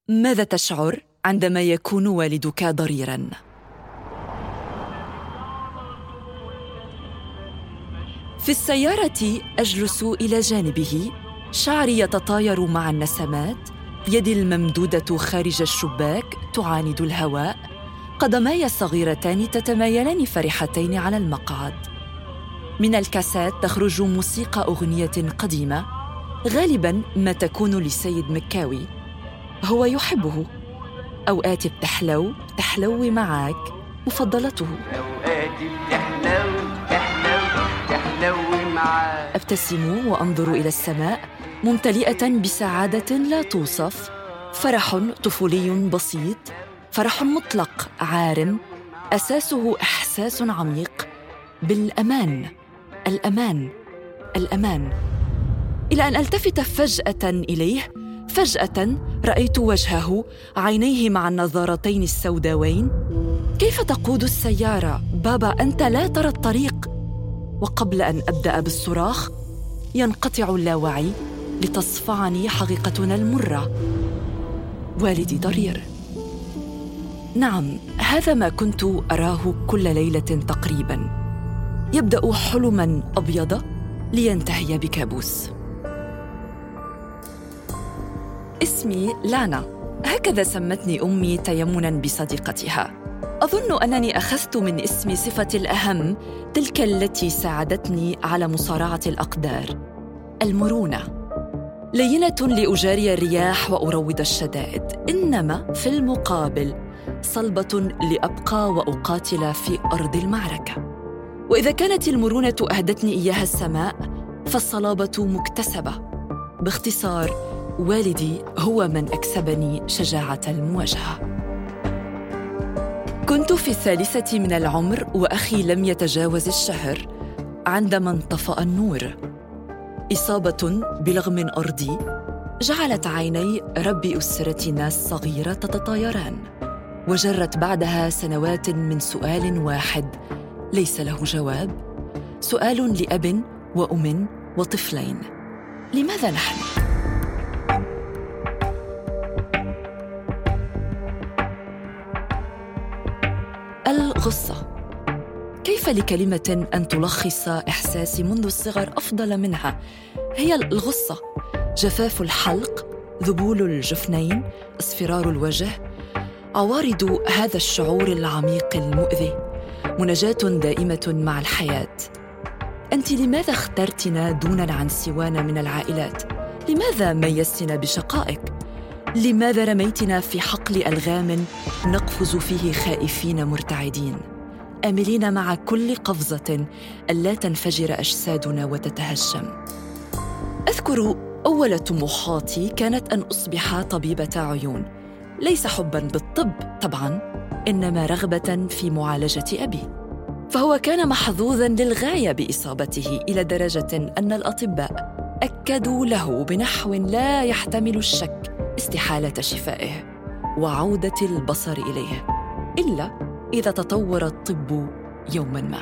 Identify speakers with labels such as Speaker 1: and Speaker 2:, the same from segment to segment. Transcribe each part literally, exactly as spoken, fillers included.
Speaker 1: ماذا تشعر عندما يكون والدك ضريراً؟ في السيارة أجلس إلى جانبه، شعري يتطاير مع النسمات، يدي الممدودة خارج الشباك تعاند الهواء، قدماي الصغيرتان تتمايلان فرحتين على المقعد. من الكاسات تخرج موسيقى أغنية قديمة، غالباً ما تكون لسيد مكاوي، هو يحبه. أوقات بتحلو تحلوي معك مفضلته.
Speaker 2: أوقات بتحلو تحلو تحلوي معاك.
Speaker 1: أبتسم وأنظر إلى السماء ممتلئة بسعادة لا توصف، فرح طفولي بسيط، فرح مطلق عارم، أساسه إحساس عميق بالأمان، الأمان، الأمان. إلى أن ألتفت فجأة إليه، فجأة رأيت وجهه، عينيه مع النظارتين السوداوين. كيف تقود السيارة؟ بابا، أنت لا ترى الطريق. وقبل أن أبدأ بالصراخ ينقطع اللاوعي لتصفعني حقيقتنا المرة: والدي ضرير. نعم، هذا ما كنت أراه كل ليلة تقريباً، يبدأ حلماً أبيض لينتهي بكابوس. اسمي لانا، هكذا سمتني أمي تيمناً بصديقتها. أظن أنني أخذت من اسمي صفة الأهم، تلك التي ساعدتني على مصارعة الأقدار: المرونة. لينة لأجاري الرياح وأروض الشدائد، إنما في المقابل صلبة لأبقى وأقاتل في أرض المعركة. وإذا كانت المرونة أهدتني إياها السماء، فالصلابة مكتسبة. باختصار، والدي هو من أكسبني شجاعة المواجهة. كنت في الثالثة من العمر وأخي لم يتجاوز الشهر عندما انطفأ النور. إصابة بلغم أرضي جعلت عيني رب أسرتنا الصغيرة تتطايران، وجرت بعدها سنوات من سؤال واحد ليس له جواب، سؤال لأب وأم وطفلين: لماذا نحن؟ الغصة. كيف لكلمة أن تلخص إحساسي منذ الصغر أفضل منها؟ هي الغصة: جفاف الحلق، ذبول الجفنين، اصفرار الوجه، عوارض هذا الشعور العميق المؤذي، مناجاة دائمة مع الحياة. أنت لماذا اخترتنا دونا عن سوانا من العائلات؟ لماذا ميزتنا بشقائك؟ لماذا رميتنا في حقل ألغام نقفز فيه خائفين مرتعدين، آملين مع كل قفزة ألا تنفجر أجسادنا وتتهشم؟ أذكر أول طموحاتي كانت أن أصبح طبيبة عيون، ليس حباً بالطب طبعاً، إنما رغبة في معالجة أبي، فهو كان محظوظاً للغاية بإصابته، إلى درجة أن الأطباء أكدوا له بنحو لا يحتمل الشك استحالة شفائه وعودة البصر إليه، إلا إذا تطور الطب يوماً ما.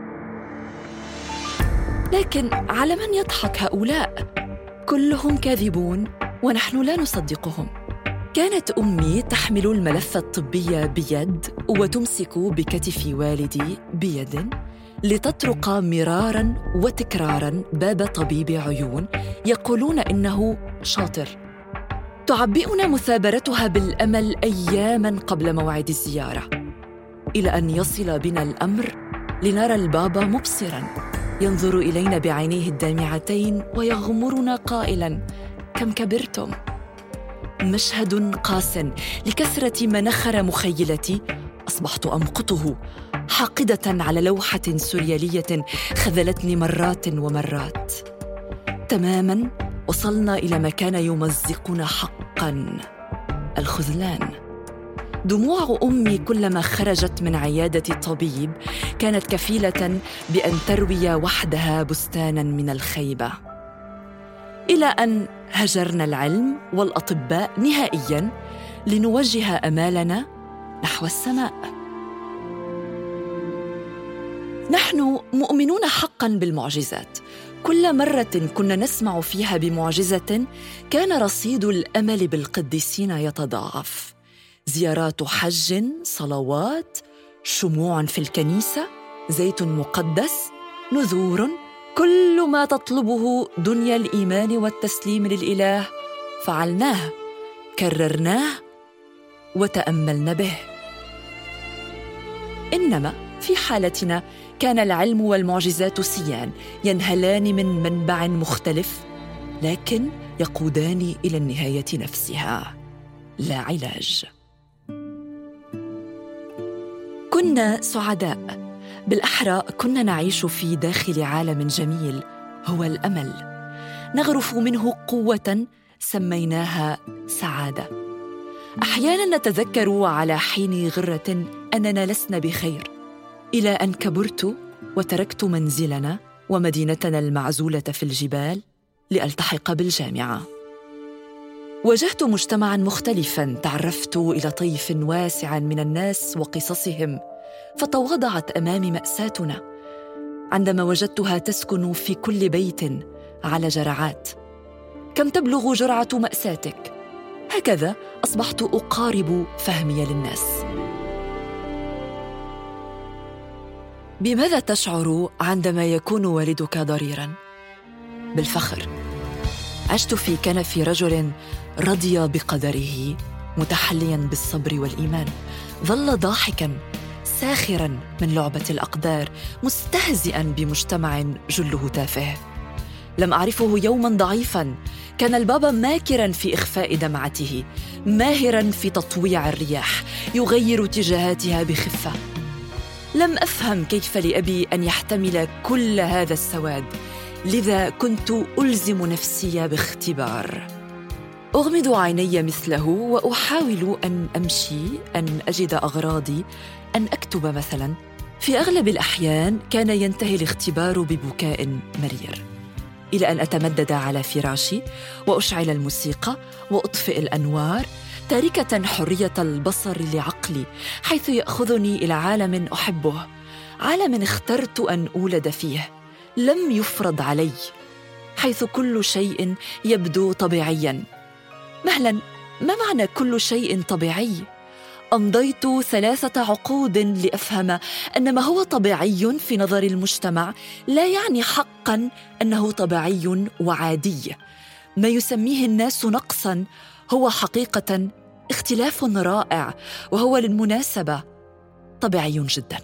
Speaker 1: لكن على من يضحك هؤلاء؟ كلهم كاذبون ونحن لا نصدقهم. كانت أمي تحمل الملف الطبي بيد وتمسك بكتف والدي بيد لتطرق مراراً وتكراراً باب طبيب عيون يقولون إنه شاطر. تعبئنا مثابرتها بالأمل أياماً قبل موعد الزيارة، إلى أن يصل بنا الأمر لنرى البابا مبصراً ينظر إلينا بعينيه الدامعتين ويغمرنا قائلاً: كم كبرتم. مشهد قاس، لكثرة ما نخر مخيلتي أصبحت أمقته حاقدة على لوحة سوريالية خذلتني مرات ومرات. تماماً وصلنا إلى ما كان يمزقنا حقاً: الخذلان. دموع أمي كلما خرجت من عيادة الطبيب كانت كفيلة بأن تروي وحدها بستاناً من الخيبة، إلى أن هجرنا العلم والأطباء نهائياً لنوجه أمالنا نحو السماء. نحن مؤمنون حقاً بالمعجزات، كل مرة كنا نسمع فيها بمعجزة كان رصيد الأمل بالقديسين يتضاعف. زيارات حج، صلوات، شموع في الكنيسة، زيت مقدس، نذور، كل ما تطلبه دنيا الإيمان والتسليم للإله فعلناه، كررناه وتأملنا به. إنما في حالتنا كان العلم والمعجزات سيان ينهلان من منبع مختلف، لكن يقودان إلى النهاية نفسها، لا علاج. كنا سعداء، بالأحرى كنا نعيش في داخل عالم جميل هو الأمل، نغرف منه قوة سميناها سعادة. أحياناً نتذكر على حين غرة أننا لسنا بخير، إلى أن كبرت وتركت منزلنا ومدينتنا المعزولة في الجبال لألتحق بالجامعة. واجهت مجتمعاً مختلفاً، تعرفت إلى طيف واسع من الناس وقصصهم، فتوضعت أمامي مأساتنا عندما وجدتها تسكن في كل بيت على جرعات. كم تبلغ جرعة مأساتك؟ هكذا أصبحت أقارب فهمي للناس. بماذا تشعر عندما يكون والدك ضريراً؟ بالفخر. عشت في كنف رجل رضي بقدره، متحلياً بالصبر والإيمان، ظل ضاحكاً ساخراً من لعبة الأقدار، مستهزئاً بمجتمع جله تافه. لم أعرفه يوماً ضعيفاً، كان البابا ماكراً في إخفاء دمعته، ماهراً في تطويع الرياح، يغير اتجاهاتها بخفة. لم أفهم كيف لأبي أن يحتمل كل هذا السواد، لذا كنت ألزم نفسي باختبار. أغمض عيني مثله وأحاول أن أمشي، أن أجد أغراضي، أن أكتب مثلاً. في أغلب الأحيان كان ينتهي الاختبار ببكاء مرير، إلى أن أتمدد على فراشي وأشعل الموسيقى وأطفئ الأنوار، تاركة حرية البصر لعقلي، حيث يأخذني إلى عالم أحبه، عالم اخترت أن أولد فيه، لم يفرض علي، حيث كل شيء يبدو طبيعياً. مهلاً، ما معنى كل شيء طبيعي؟ أمضيت ثلاثة عقود لأفهم أن ما هو طبيعي في نظر المجتمع لا يعني حقاً أنه طبيعي وعادي. ما يسميه الناس نقصاً هو حقيقة اختلاف رائع، وهو للمناسبة طبيعي جداً.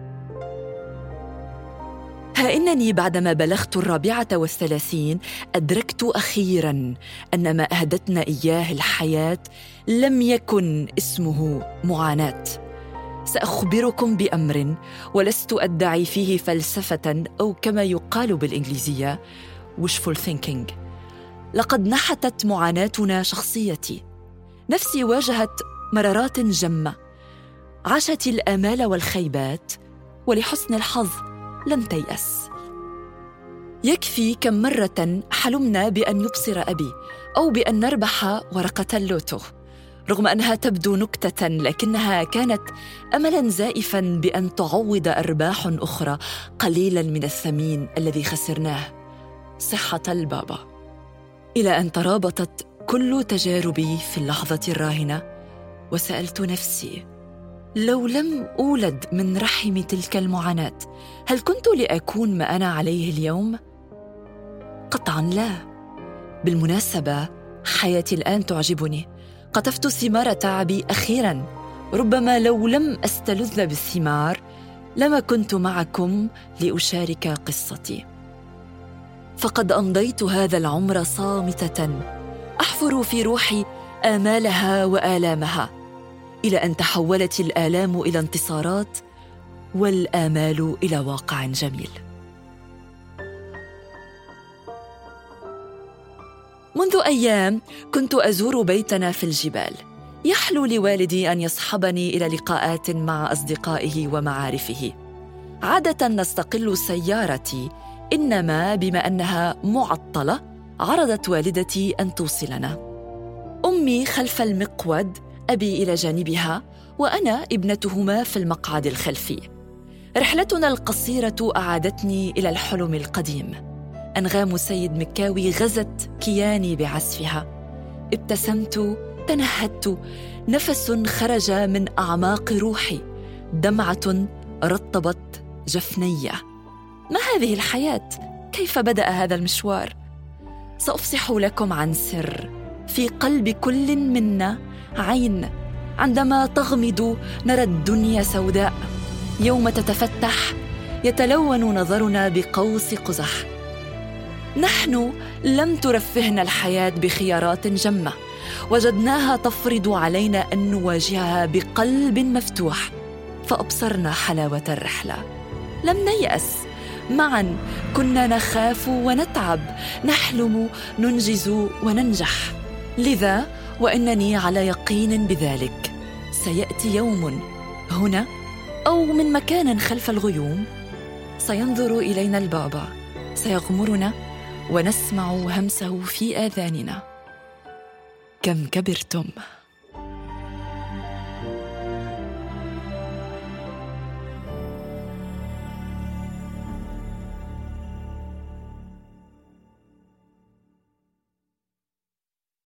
Speaker 1: ها إنني بعدما بلغت الرابعة والثلاثين أدركت أخيراً أن ما أهدتنا إياه الحياة لم يكن اسمه معاناة. سأخبركم بأمر ولست أدعي فيه فلسفة أو كما يقال بالإنجليزية wishful thinking. لقد نحتت معاناتنا شخصيتي، نفسي واجهت مرارات جمة، عاشت الآمال والخيبات، ولحسن الحظ لم تيأس. يكفي كم مرة حلمنا بأن يبصر أبي أو بأن نربح ورقة اللوتو، رغم أنها تبدو نكتة، لكنها كانت أملاً زائفاً بأن تعوض أرباح أخرى قليلاً من الثمين الذي خسرناه، صحة البابا. إلى أن ترابطت كل تجاربي في اللحظة الراهنة، وسألت نفسي: لو لم أولد من رحم تلك المعاناة، هل كنت لأكون ما أنا عليه اليوم؟ قطعاً لا. بالمناسبة، حياتي الآن تعجبني، قطفت ثمار تعبي أخيراً. ربما لو لم أستلذ بالثمار لما كنت معكم لأشارك قصتي. فقد أمضيت هذا العمر صامتة أحفر في روحي آمالها وآلامها، إلى أن تحولت الآلام إلى انتصارات والآمال إلى واقع جميل. منذ أيام كنت أزور بيتنا في الجبال. يحلو لوالدي أن يصحبني إلى لقاءات مع أصدقائه ومعارفه. عادة نستقل سيارتي، إنما بما أنها معطلة عرضت والدتي أن توصلنا. أمي خلف المقود، أبي إلى جانبها، وأنا ابنتهما في المقعد الخلفي. رحلتنا القصيرة أعادتني إلى الحلم القديم. أنغام سيد مكاوي غزت كياني بعزفها. ابتسمت، تنهدت، نفس خرج من أعماق روحي، دمعة رطبت جفني. ما هذه الحياة؟ كيف بدأ هذا المشوار؟ سأفصح لكم عن سر. في قلب كل منا عين، عندما تغمض نرى الدنيا سوداء، يوم تتفتح يتلون نظرنا بقوس قزح. نحن لم ترفهنا الحياة بخيارات جمة، وجدناها تفرض علينا أن نواجهها بقلب مفتوح، فأبصرنا حلاوة الرحلة. لم نيأس، معا كنا نخاف ونتعب، نحلم، ننجز وننجح. لذا وإنني على يقين بذلك، سيأتي يوم هنا أو من مكان خلف الغيوم سينظر إلينا البابا، سيغمرنا ونسمع همسه في آذاننا: كم كبرتم.